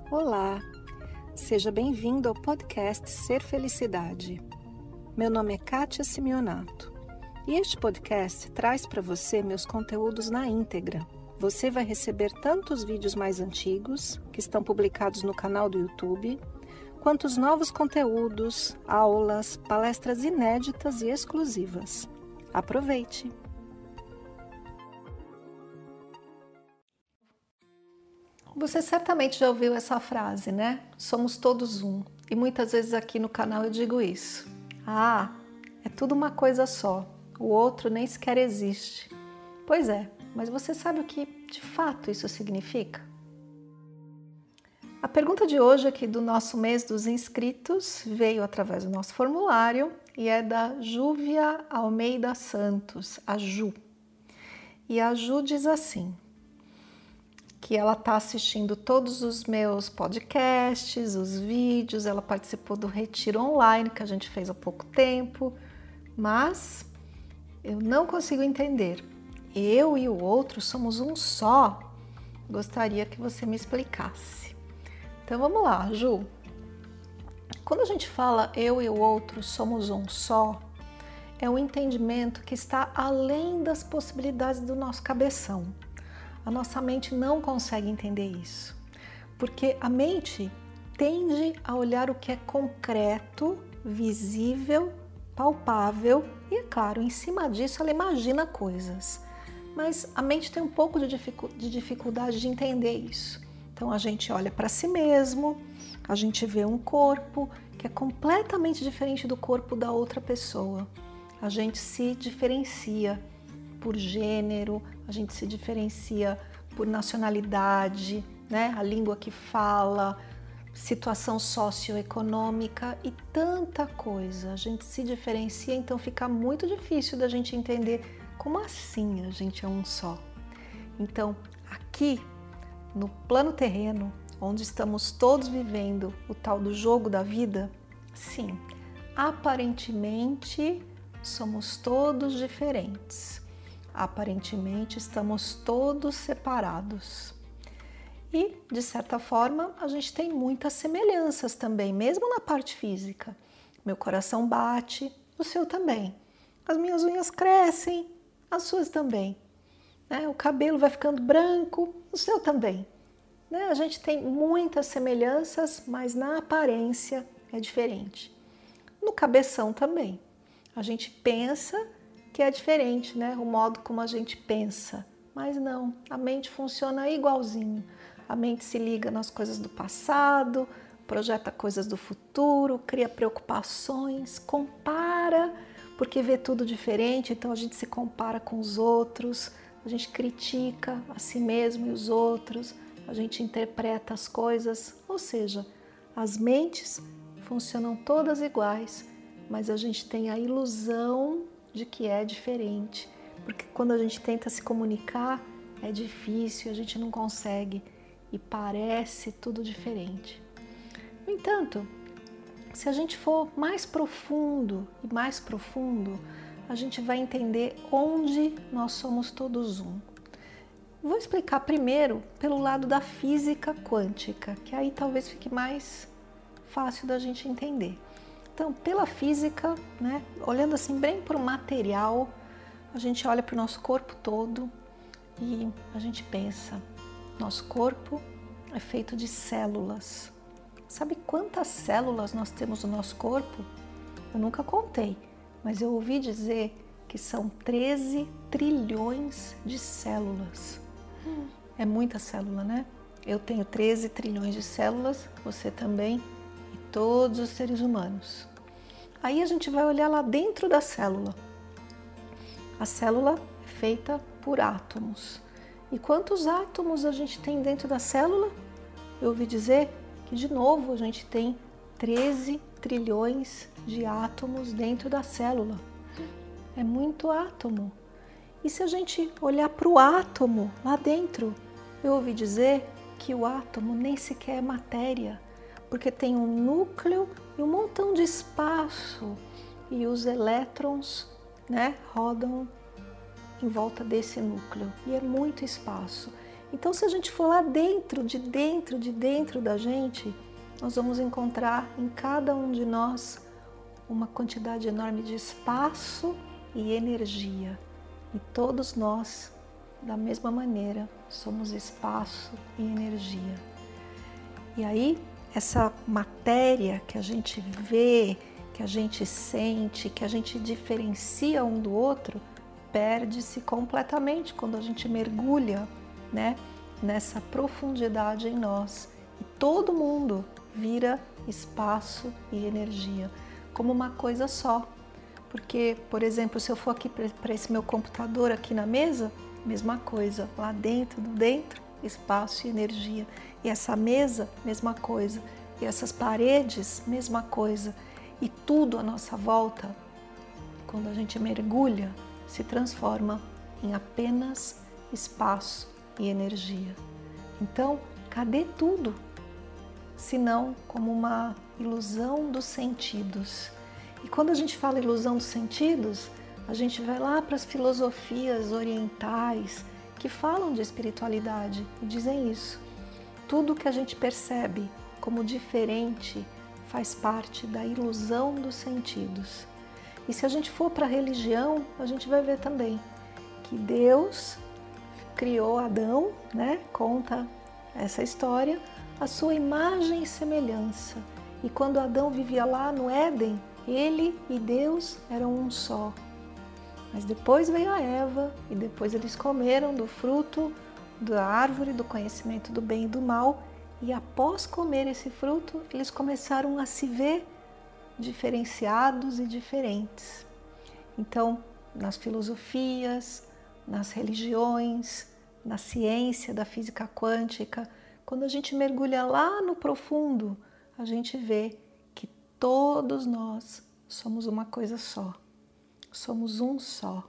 Olá, seja bem-vindo ao podcast Ser Felicidade. Meu nome é Kátia Simeonato e este podcast traz para você meus conteúdos na íntegra. Você vai receber tanto os vídeos mais antigos, que estão publicados no canal do YouTube, quanto os novos conteúdos, aulas, palestras inéditas e exclusivas. Aproveite! Você certamente já ouviu essa frase, né? Somos todos um. E muitas vezes aqui no canal eu digo isso. Ah, é tudo uma coisa só. O outro nem sequer existe. Pois é, mas você sabe o que de fato isso significa? A pergunta de hoje aqui do nosso mês dos inscritos veio através do nosso formulário e é da Júvia Almeida Santos, a Ju. E a Ju diz assim, que ela está assistindo todos os meus podcasts, os vídeos, ela participou do retiro online que a gente fez há pouco tempo, mas eu não consigo entender. Eu e o outro somos um só? Gostaria que você me explicasse. Então vamos lá, Ju. Quando a gente fala eu e o outro somos um só, é um entendimento que está além das possibilidades do nosso cabeção. A nossa mente não consegue entender isso, porque a mente tende a olhar o que é concreto, visível, palpável e, é claro, em cima disso ela imagina coisas. Mas a mente tem um pouco de dificuldade de entender isso. Então a gente olha para si mesmo, a gente vê um corpo que é completamente diferente do corpo da outra pessoa. A gente se diferencia por gênero, a gente se diferencia por nacionalidade, né? A língua que fala, situação socioeconômica e tanta coisa. A gente se diferencia, então fica muito difícil da gente entender como assim a gente é um só. Então, aqui no plano terreno, onde estamos todos vivendo o tal do jogo da vida, sim, aparentemente somos todos diferentes. Aparentemente estamos todos separados. E, de certa forma, a gente tem muitas semelhanças também, mesmo na parte física. Meu coração bate, o seu também. As minhas unhas crescem, as suas também. Né? O cabelo vai ficando branco, o seu também. Né? A gente tem muitas semelhanças, mas na aparência é diferente. No cabeção também. A gente pensa que é diferente, né? O modo como a gente pensa. Mas não, a mente funciona igualzinho. A mente se liga nas coisas do passado, projeta coisas do futuro, cria preocupações, compara, porque vê tudo diferente, então a gente se compara com os outros, a gente critica a si mesmo e os outros, a gente interpreta as coisas, ou seja, as mentes funcionam todas iguais, mas a gente tem a ilusão de que é diferente, porque quando a gente tenta se comunicar é difícil, a gente não consegue e parece tudo diferente. No entanto, se a gente for mais profundo e mais profundo, a gente vai entender onde nós somos todos um. Vou explicar primeiro pelo lado da física quântica, que aí talvez fique mais fácil da gente entender. Então, pela física, né, olhando assim bem para o material, a gente olha para o nosso corpo todo e a gente pensa, nosso corpo é feito de células. Sabe quantas células nós temos no nosso corpo? Eu nunca contei, mas eu ouvi dizer que são 13 trilhões de células. É muita célula, né? Eu tenho 13 trilhões de células, você também e todos os seres humanos. Aí a gente vai olhar lá dentro da célula. A célula é feita por átomos. E quantos átomos a gente tem dentro da célula? Eu ouvi dizer que, de novo, a gente tem 13 trilhões de átomos dentro da célula. É muito átomo. E se a gente olhar para o átomo lá dentro, eu ouvi dizer que o átomo nem sequer é matéria, porque tem um núcleo e um montão de espaço e os elétrons, né, rodam em volta desse núcleo e é muito espaço. Então, se a gente for lá dentro da gente, nós vamos encontrar em cada um de nós uma quantidade enorme de espaço e energia. E todos nós, da mesma maneira, somos espaço e energia. E aí, essa matéria que a gente vê, que a gente sente, que a gente diferencia um do outro, perde-se completamente quando a gente mergulha, né, nessa profundidade em nós. E todo mundo vira espaço e energia, como uma coisa só. Porque, por exemplo, se eu for aqui para esse meu computador aqui na mesa, mesma coisa, lá dentro, espaço e energia. E essa mesa, mesma coisa. E essas paredes, mesma coisa. E tudo à nossa volta, quando a gente mergulha, se transforma em apenas espaço e energia. Então, cadê tudo? Senão como uma ilusão dos sentidos. E quando a gente fala ilusão dos sentidos, a gente vai lá para as filosofias orientais que falam de espiritualidade e dizem isso. Tudo que a gente percebe como diferente faz parte da ilusão dos sentidos. E se a gente for para a religião, a gente vai ver também que Deus criou Adão, né? Conta essa história, a sua imagem e semelhança. E quando Adão vivia lá no Éden, ele e Deus eram um só. Mas depois veio a Eva e depois eles comeram do fruto da árvore do conhecimento do bem e do mal. E após comer esse fruto, eles começaram a se ver diferenciados e diferentes. Então, nas filosofias, nas religiões, na ciência da física quântica, quando a gente mergulha lá no profundo, a gente vê que todos nós somos uma coisa só, somos um só.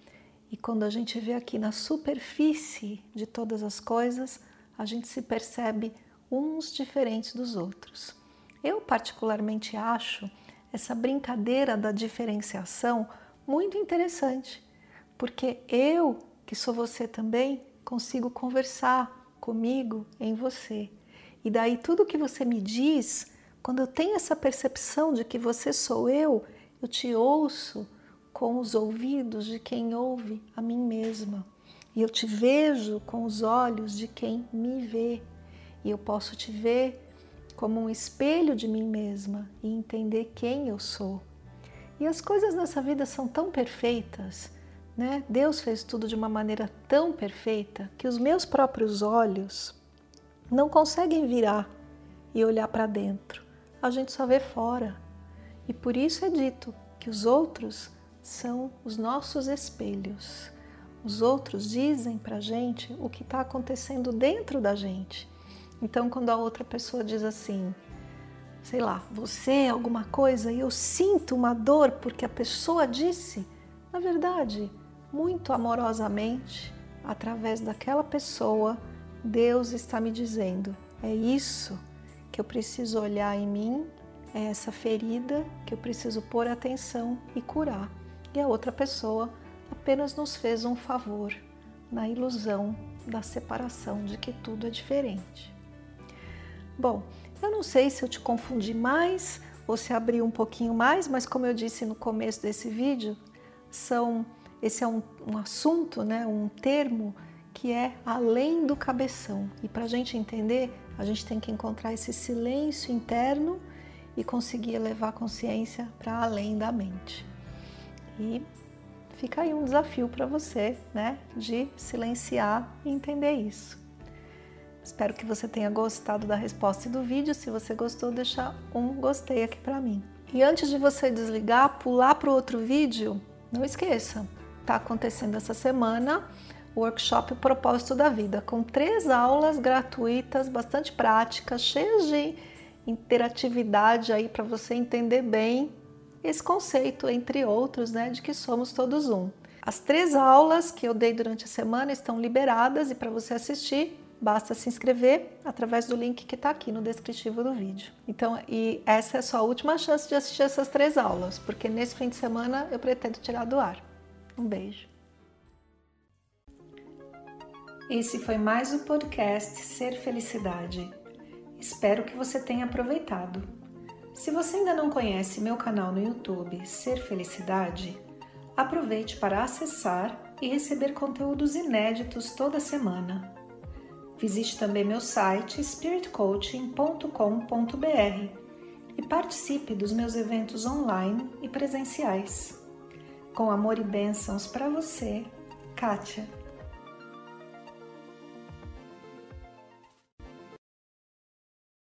E quando a gente vê aqui na superfície de todas as coisas, a gente se percebe uns diferentes dos outros. Eu particularmente acho essa brincadeira da diferenciação muito interessante, porque eu, que sou você também, consigo conversar comigo em você. E daí tudo que você me diz, quando eu tenho essa percepção de que você sou eu te ouço com os ouvidos de quem ouve a mim mesma. E eu te vejo com os olhos de quem me vê. E eu posso te ver como um espelho de mim mesma e entender quem eu sou. E as coisas nessa vida são tão perfeitas, né? Deus fez tudo de uma maneira tão perfeita que os meus próprios olhos não conseguem virar e olhar para dentro. A gente só vê fora. E por isso é dito que os outros são os nossos espelhos. Os outros dizem para a gente o que está acontecendo dentro da gente. Então, quando a outra pessoa diz assim, sei lá, você é alguma coisa e eu sinto uma dor porque a pessoa disse, na verdade, muito amorosamente, através daquela pessoa, Deus está me dizendo, é isso que eu preciso olhar em mim, é essa ferida que eu preciso pôr atenção e curar. E a outra pessoa apenas nos fez um favor, na ilusão da separação, de que tudo é diferente. Bom, eu não sei se eu te confundi mais ou se abri um pouquinho mais, mas como eu disse no começo desse vídeo, esse é um assunto, né, um termo que é além do cabeção. E para a gente entender, a gente tem que encontrar esse silêncio interno e conseguir elevar a consciência para além da mente. E fica aí um desafio para você, né, de silenciar e entender isso. Espero que você tenha gostado da resposta e do vídeo. Se você gostou, deixa um gostei aqui para mim. E antes de você desligar, pular para o outro vídeo, não esqueça, está acontecendo essa semana o workshop O Propósito da Vida, com 3 aulas gratuitas, bastante práticas, cheias de interatividade aí para você entender bem esse conceito, entre outros, né, de que somos todos um. As 3 aulas que eu dei durante a semana estão liberadas e para você assistir, basta se inscrever através do link que está aqui no descritivo do vídeo. Então, e essa é a sua última chance de assistir essas 3 aulas, porque nesse fim de semana eu pretendo tirar do ar. Um beijo. Esse foi mais o podcast Ser Felicidade. Espero que você tenha aproveitado. Se você ainda não conhece meu canal no YouTube Ser Felicidade, aproveite para acessar e receber conteúdos inéditos toda semana. Visite também meu site spiritcoaching.com.br e participe dos meus eventos online e presenciais. Com amor e bênçãos para você, Kátia.